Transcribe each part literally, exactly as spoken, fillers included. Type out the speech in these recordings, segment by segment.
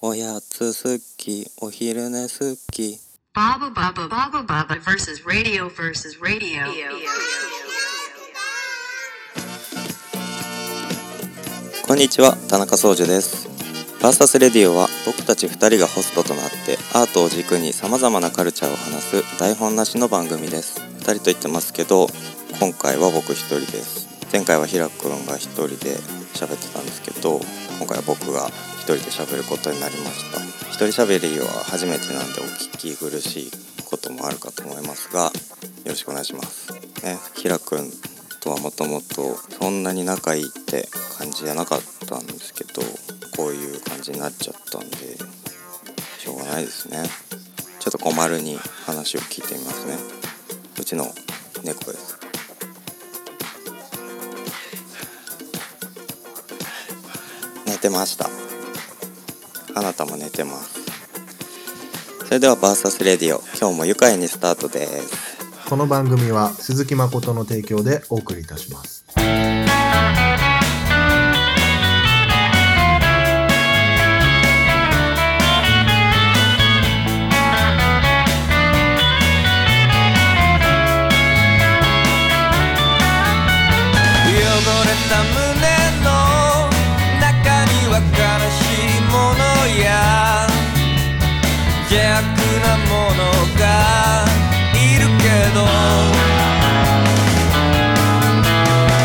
おやつ好き、お昼寝好き。 ババババババババ versus radio versus radio。 こんにちは、田中総司です。バーサスレディオは僕たちふたりがホストとなってアートを軸に様々なカルチャーを話す台本なしの番組です。ふたりと言ってますけど、今回は僕一人です。前回はひらくんが一人で喋ってたんですけど、今回は僕が一人で喋ることになりました。一人喋りは初めてなんでお聞き苦しいこともあるかと思いますが、よろしくお願いしますね。ひらくんとはもともとそんなに仲いいって感じじゃなかったんですけど、こういう感じになっちゃったんでしょうがないですね。ちょっと小丸に話を聞いてみますね。うちの猫です。寝てました。あなたも寝てます。それではバーサスレディオ、今日も愉快にスタートです。 この番組は鈴木誠の提供でお送りいたします。 邪悪なものがいるけど、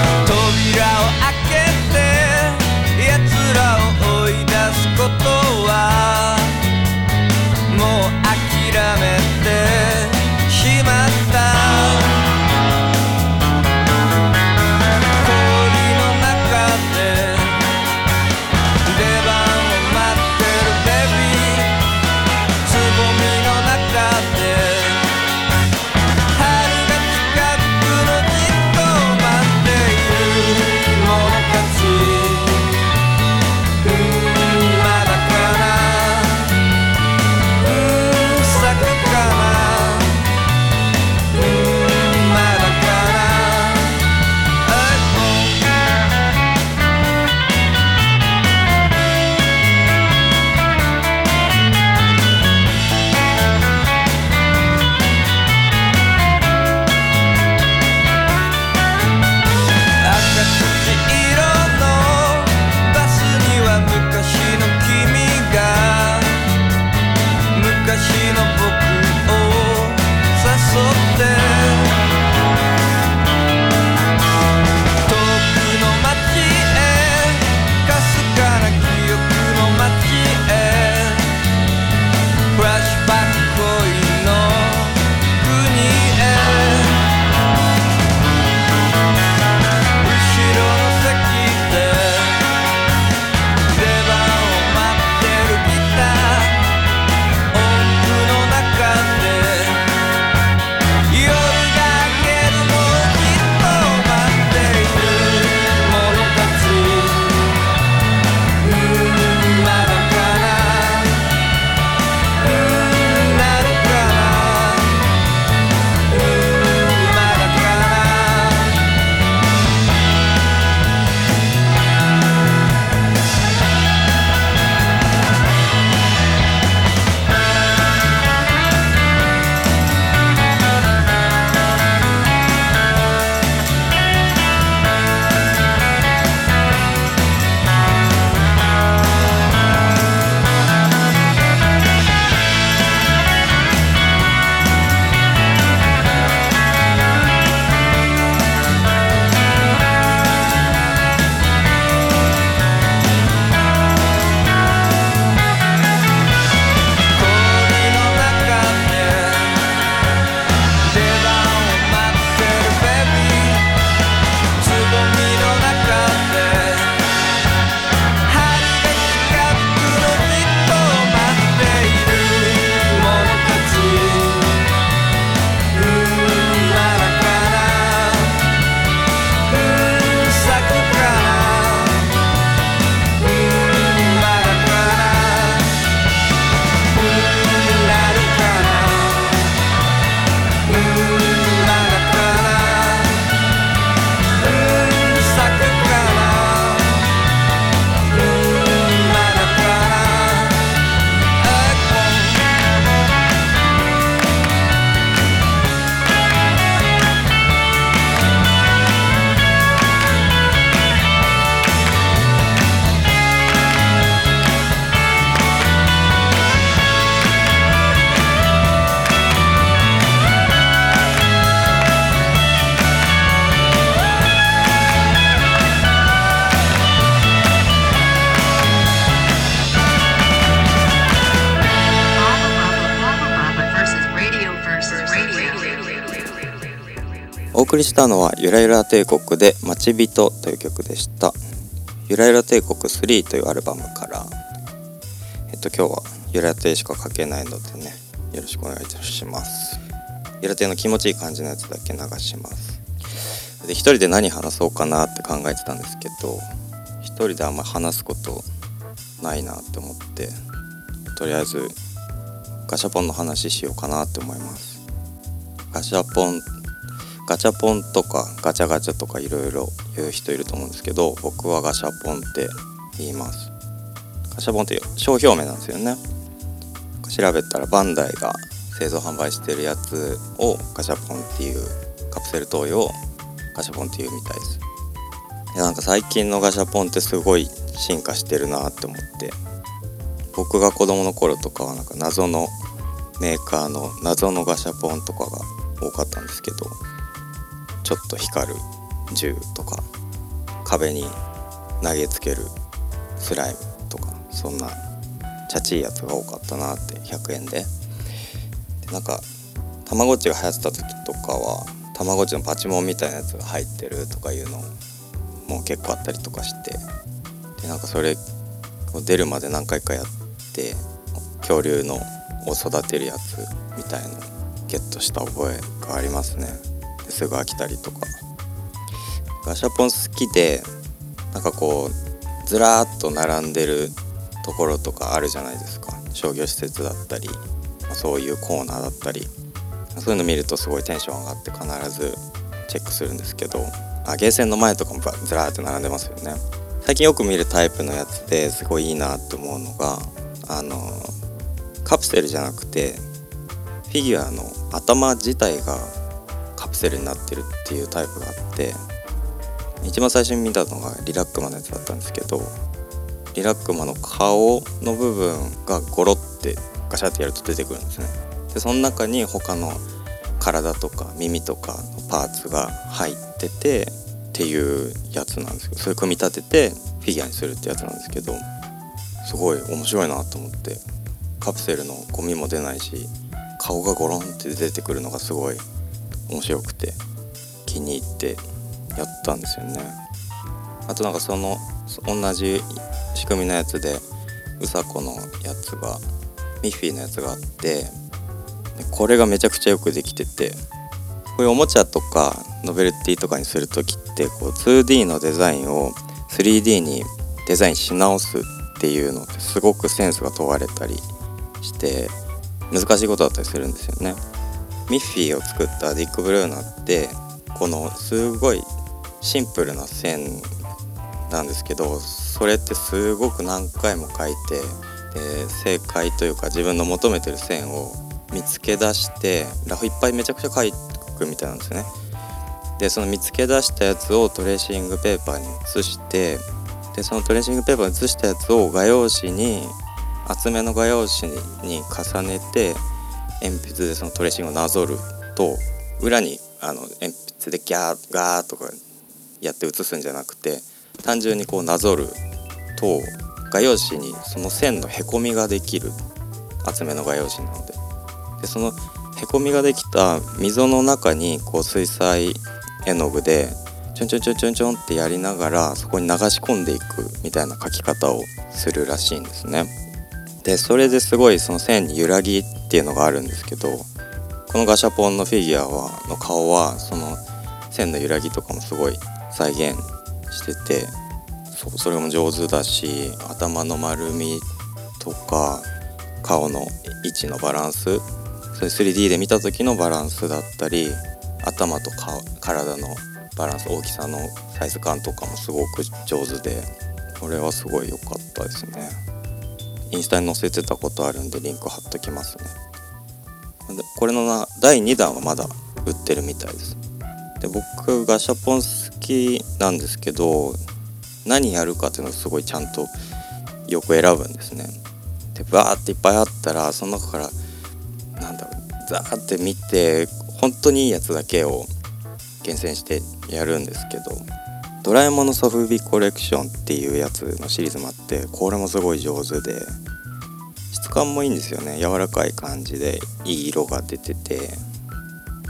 お送りしたのはゆらゆら帝国で待ち人という曲でした。ゆらゆら帝国スリーというアルバムから、えっと今日はゆら亭しか書けないのでね、よろしくお願いいたします。ゆら亭の気持ちいい感じのやつだけ流します。で一人で何話そうかなって考えてたんですけど、一人であんま話すことないなって思って、とりあえずガシャポンの話しようかなって思います。ガシャポンガチャポンとかガチャガチャとかいろいろ言う人いると思うんですけど、僕はガシャポンって言います。ガシャポンって商標名なんですよね。調べたらバンダイが製造販売してるやつをガシャポンっていう、カプセルトイをガシャポンっていうみたいです。でなんか最近のガシャポンってすごい進化してるなって思って、僕が子供の頃とかはなんか謎のメーカーの謎のガシャポンとかが多かったんですけど、ちょっと光る銃とか壁に投げつけるスライムとか、そんなチャチいやつが多かったなって。ひゃくえんででなんかたまごっちが流行ってた時とかはたまごっちのパチモンみたいなやつが入ってるとかいうのも結構あったりとかして、でなんかそれを出るまで何回かやって恐竜のを育てるやつみたいのをゲットした覚えがありますね。ですぐ飽きたりとか。ガシャポン好きで、なんかこうずらーっと並んでるところとかあるじゃないですか。商業施設だったり、まあ、そういうコーナーだったり、そういうの見るとすごいテンション上がって必ずチェックするんですけど、あゲーセンの前とかもずらーっと並んでますよね。最近よく見るタイプのやつですごいいいなって思うのが、あのカプセルじゃなくてフィギュアの頭自体がカプセルになってるっていうタイプがあって、一番最初に見たのがリラックマのやつだったんですけど、リラックマの顔の部分がゴロってガシャってやると出てくるんですね。でその中に他の体とか耳とかのパーツが入っててっていうやつなんですけど、それ組み立ててフィギュアにするってやつなんですけど、すごい面白いなと思って、カプセルのゴミも出ないし顔がゴロンって出てくるのがすごい面白くて気に入ってやったんですよね。あとなんかその同じ仕組みのやつでウサコのやつがミッフィーのやつがあって、これがめちゃくちゃよくできてて、こういうおもちゃとかノベルティとかにするときってこう ツーディー のデザインを スリーディー にデザインし直すっていうのってすごくセンスが問われたりして難しいことだったりするんですよね。ミッフィーを作ったディック・ブルーナってこのすごいシンプルな線なんですけど、それってすごく何回も描いて、で正解というか自分の求めてる線を見つけ出してラフいっぱいめちゃくちゃ描くみたいなんですよね。でその見つけ出したやつをトレーシングペーパーに写して、でそのトレーシングペーパーに写したやつを画用紙に厚めの画用紙に重ねて鉛筆でそのトレーシングをなぞると、裏にあの鉛筆でギャーガーとかやって写すんじゃなくて、単純にこうなぞると画用紙にその線のへこみができる、厚めの画用紙なので。でそのへこみができた溝の中にこう水彩絵の具でちょんちょんちょんちょんちょんってやりながらそこに流し込んでいくみたいな描き方をするらしいんですね。でそれですごいその線に揺らぎっていうのがあるんですけど、このガシャポンのフィギュアはの顔はその線の揺らぎとかもすごい再現してて、 そ, それも上手だし、頭の丸みとか顔の位置のバランス、それ スリーディー で見た時のバランスだったり、頭とか体のバランス、大きさのサイズ感とかもすごく上手で、これはすごい良かったですね。インスタに載せてたことあるんでリンク貼っときますね。でこれのなだいにだんはまだ売ってるみたいです。で僕ガシャポン好きなんですけど、何やるかっていうのをすごいちゃんとよく選ぶんですね。でバーっていっぱいあったらその中からなんだろう、ザーって見て本当にいいやつだけを厳選してやるんですけど、ドラえもんのソフビコレクションっていうやつのシリーズもあって、これもすごい上手で質感もいいんですよね。柔らかい感じでいい色が出てて、こ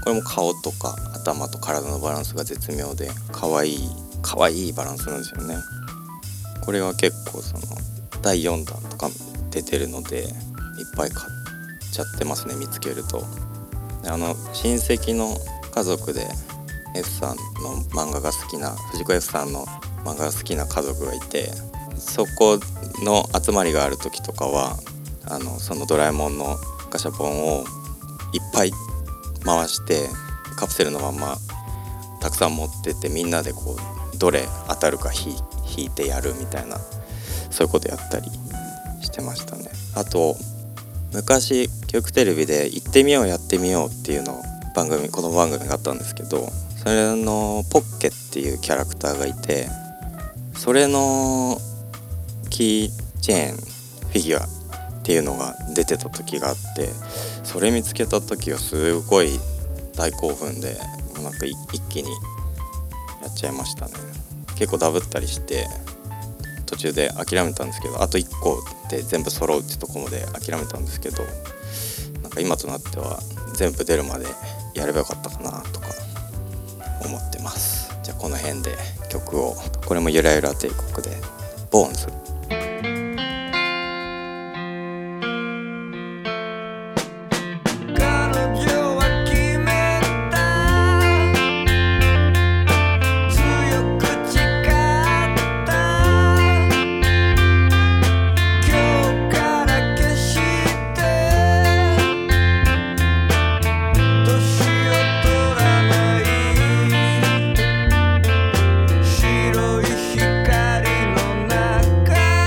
これも顔とか頭と体のバランスが絶妙で可愛い可愛いバランスなんですよね。これは結構そのだいよんだんとか出てるのでいっぱい買っちゃってますね、見つけると。であの親戚の家族で F さんの漫画が好きな藤子 F さんの漫画が好きな家族がいて、そこの集まりがある時とかはあのそのドラえもんのガシャポンをいっぱい回してカプセルのままたくさん持ってってみんなでこうどれ当たるか引いてやるみたいな、そういうことやったりしてましたね。あと昔教育テレビで行ってみようやってみようっていうの番組この番組があったんですけど、それのポッケっていうキャラクターがいて、それのキーチェーンフィギュアっていうのが出てた時があって、それ見つけた時はすごい大興奮でなんか一気にやっちゃいましたね。結構ダブったりして途中で諦めたんですけど、あといっこで全部揃うってとこまで諦めたんですけど、なんか今となっては全部出るまでやればよかったかなとか思ってます。じゃあこの辺で曲を、これもゆらゆら帝国でボーンズ。 白い光の中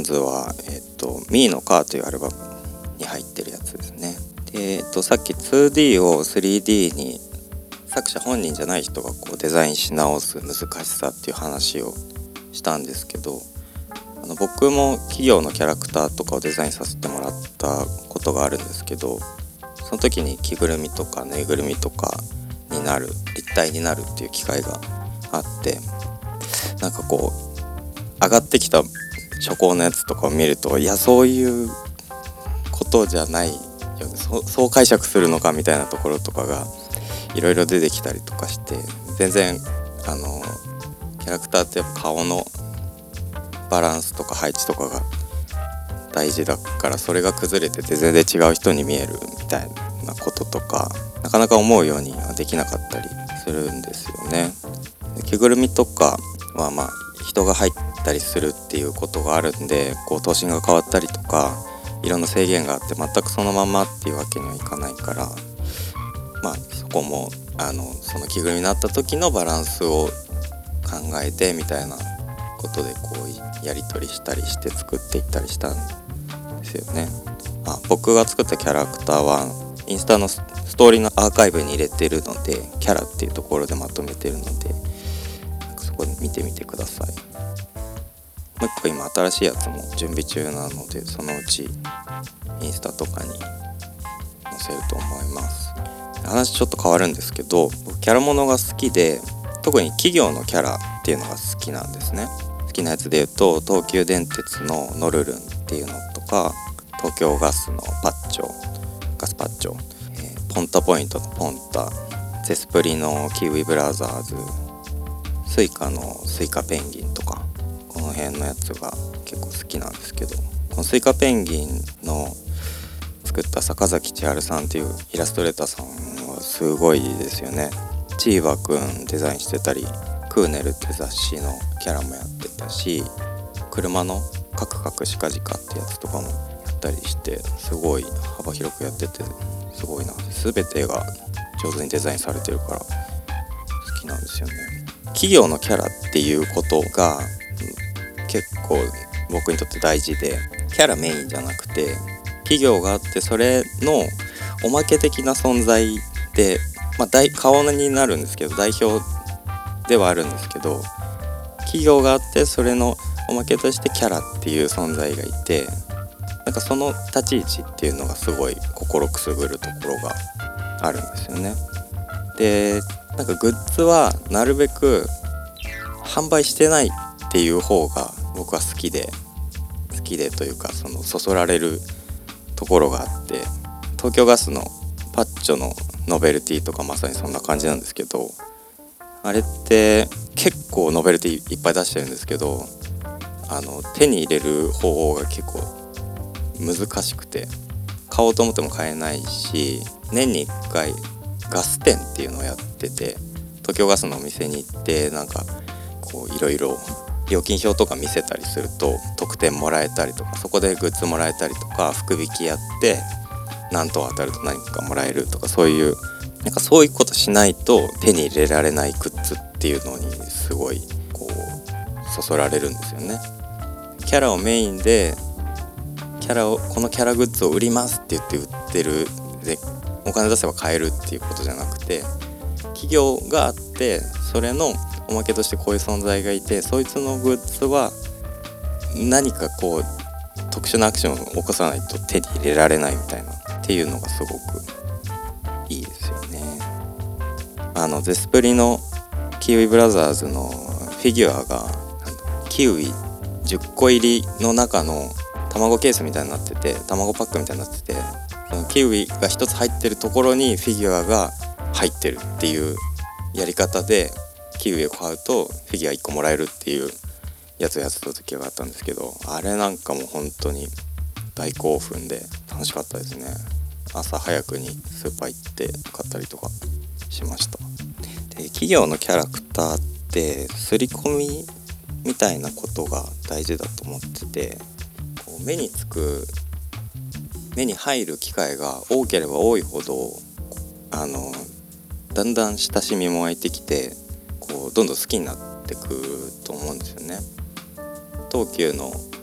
ズは、えー、とミーのカーというアルバムに入ってるやつですね。で、えー、とさっき ツーディー を スリーディー に作者本人じゃない人がこうデザインし直す難しさっていう話をしたんですけど、あの僕も企業のキャラクターとかをデザインさせてもらったことがあるんですけど、その時に着ぐるみとかぬいぐるみとかになる、立体になるっていう機会があって、なんかこう上がってきた初稿のやつとかを見ると、いやそういうことじゃないよね、そそう解釈するのかみたいなところとかがいろいろ出てきたりとかして、全然あのキャラクターってやっぱ顔のバランスとか配置とかが大事だから、それが崩れてて全然違う人に見えるみたいなこととか、なかなか思うようにはできなかったりするんですよね。着ぐるみとかはまあ人が入ったりするっていうことがあるんで、こう頭身が変わったりとかいろんな制限があって、全くそのままっていうわけにはいかないから、まあそこもあのその着ぐるみになった時のバランスを考えてみたいなことでこうやり取りしたりして作っていったりしたんですよね。あ、僕が作ったキャラクターはインスタのストーリーのアーカイブに入れてるので、キャラっていうところでまとめてるので、そこで見てみてください。もう一個今新しいやつも準備中なので、そのうちインスタとかに載せると思います。話ちょっと変わるんですけど、僕キャラものが好きで、特に企業のキャラっていうのが好きなんですね。好きなやつで言うと、東急電鉄のノルルンっていうのとか、東京ガスのパッチョガスパッチョ、えー、ポンタポイントのポンタ、ゼスプリのキウイブラザーズ、スイカのスイカペンギンとか、この辺のやつが結構好きなんですけど、このスイカペンギンの作った坂崎千春さんっていうイラストレーターさんはすごいですよね。チーバくんデザインしてたり、クーネルって雑誌のキャラもやってたし、車のカクカクシカジカってやつとかもやったりして、すごい幅広くやっててすごいな。全てが上手にデザインされてるから好きなんですよね。企業のキャラっていうことが結構僕にとって大事で、キャラメインじゃなくて企業があって、それのおまけ的な存在で、まあ大顔になるんですけど、代表ではあるんですけど、企業があってそれのおまけとしてキャラっていう存在がいて、なんかその立ち位置っていうのがすごい心くすぐるところがあるんですよね。で、なんかグッズはなるべく販売してないっていう方が僕は好きで好きでというか、そのそそられるところがあって、東京ガスのパッチョのノベルティとかまさにそんな感じなんですけど、あれって結構ノベルティいっぱい出してるんですけど、あの手に入れる方法が結構難しくて、買おうと思っても買えないし、年にいっかいガス展っていうのをやってて、東京ガスのお店に行ってなんかこういろいろ料金表とか見せたりすると特典もらえたりとか、そこでグッズもらえたりとか、福引きやって何等当たると何かもらえるとか、そういうなんかそういうことしないと手に入れられないグッズっていうのにすごいこうそそられるんですよね。キャラをメインでキャラをこのキャラグッズを売りますって言って売ってるで、お金出せば買えるっていうことじゃなくて、企業があってそれのおまけとしてこういう存在がいて、そいつのグッズは何かこう特殊なアクションを起こさないと手に入れられないみたいなっていうのがすごくいいですよね。あのゼスプリのキウイブラザーズのフィギュアがキウイじゅっこ入りの中の卵ケースみたいになってて、卵パックみたいになってて、そのキウイがひとつ入ってるところにフィギュアが入ってるっていうやり方で、キウイを買うとフィギュアいっこもらえるっていうやつをやってた時があったんですけど、あれなんかも本当に大興奮で楽しかったですね。朝早くにスーパー行って買ったりとかしました。で、企業のキャラクターって刷り込みみたいなことが大事だと思ってて、こう目につく目に入る機会が多ければ多いほど、あのだんだん親しみも湧いてきて、こうどんどん好きになってくると思うんですよね。東急の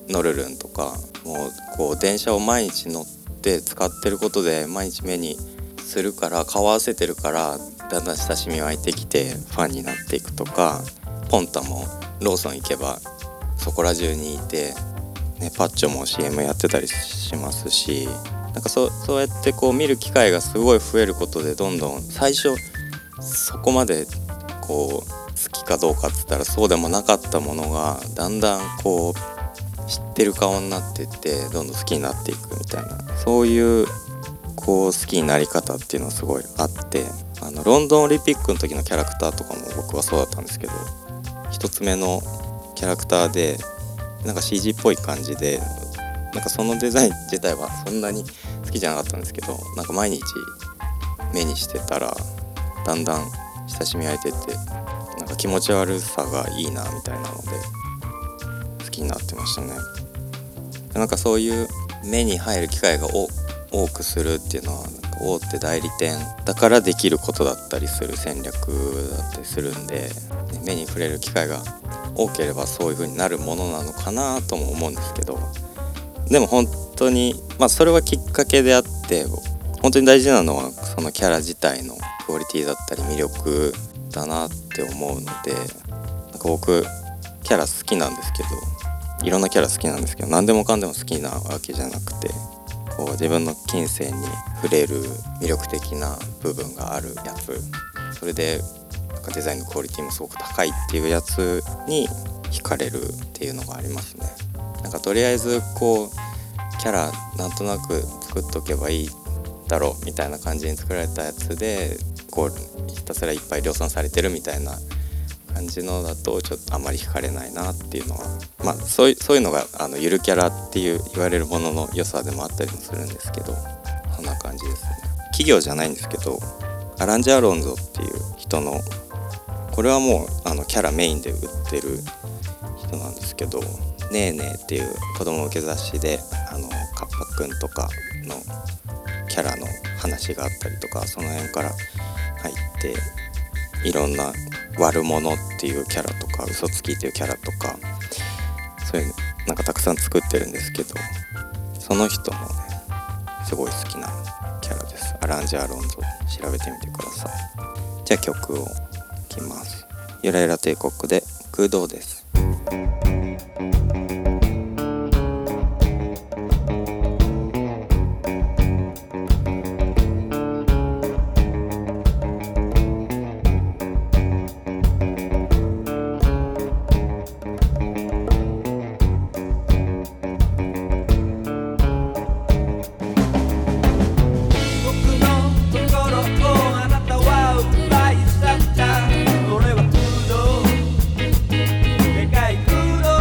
ノルルンとかもうこう電車を毎日乗って使ってることで毎日目にするから顔合わせてるからだんだん親しみ湧いてきてファンになっていくとか、ポンタもローソン行けばそこら中にいて、ね、パッチョも シーエム やってたりしますし、なんか そ, そうやってこう見る機会がすごい増えることでどんどん最初そこまでこう好きかどうかっつったらそうでもなかったものがだんだんこう知ってる顔になってってどんどん好きになっていくみたいな、そういうこう好きになり方っていうのはすごいあって、あのロンドンオリンピックの時のキャラクターとかも僕はそうだったんですけど、一つ目のキャラクターでなんか シージー っぽい感じで、なんかそのデザイン自体はそんなに好きじゃなかったんですけど、なんか毎日目にしてたらだんだん親しみ湧いてって、なんか気持ち悪さがいいなみたいなので好きになってましたね。なんかそういう目に入る機会が多くするっていうのは大手代理店だからできることだったりする戦略だったりするんで、目に触れる機会が多ければそういう風になるものなのかなとも思うんですけど、でも本当にまあそれはきっかけであって、本当に大事なのはそのキャラ自体のクオリティだったり魅力だなって思うので、なんか僕キャラ好きなんですけど、いろんなキャラ好きなんですけど、何でもかんでも好きなわけじゃなくて、こう自分の金銭に触れる魅力的な部分があるやつ、それでなんかデザインのクオリティもすごく高いっていうやつに惹かれるっていうのがありますね。なんかとりあえずこうキャラなんとなく作っとけばいいだろうみたいな感じに作られたやつで、こうひたすらいっぱい量産されてるみたいな感じのだとちょっとあまり惹かれないなっていうのは、まあそういう、そういうのがあのゆるキャラっていう言われるものの良さでもあったりもするんですけど、そんな感じですね。企業じゃないんですけど、アランジェ・アロンゾっていう人の、これはもうあのキャラメインで売ってる人なんですけど、ねえねえっていう子供向け雑誌であのカッパくんとかのキャラの話があったりとか、その辺から入っていろんな悪者っていうキャラとか嘘つきっていうキャラとか、そういうなんかたくさん作ってるんですけど、その人もねすごい好きなキャラです。アランジェ・アロンゾ、調べてみてください。じゃあ曲を聴きます。ゆらゆら帝国で空洞です。 俺は空洞、でかい空洞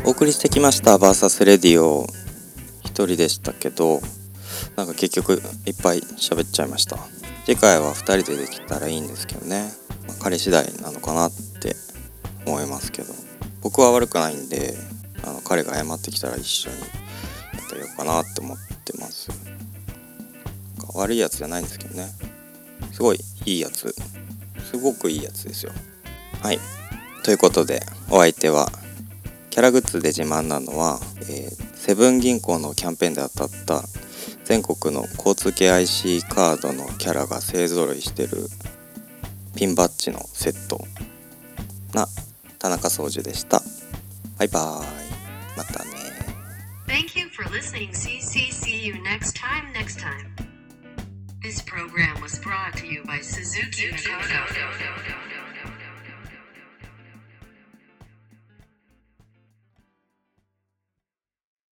お送りしてきましたバーサスレディオ、一人でしたけどなんか結局いっぱい喋っちゃいました。次回はふたりでできたらいいんですけどね、まあ、彼次第なのかなって思いますけど、僕は悪くないんで、あの彼が謝ってきたら一緒にやってみようかなって思ってます。悪いやつじゃないんですけどね、すごいいいやつ、すごくいいやつですよ。はい、ということでお相手はキャラグッズで自慢なのは、えー、セブン銀行のキャンペーンで当たった全国の交通系 アイシー カードのキャラが勢ぞろいしてるピンバッジのセットな田中総司でした。バイバーイ、またね。 Thank you for listening. See, see, see you next time, next time. This program was brought to you by Suzuki Makoto.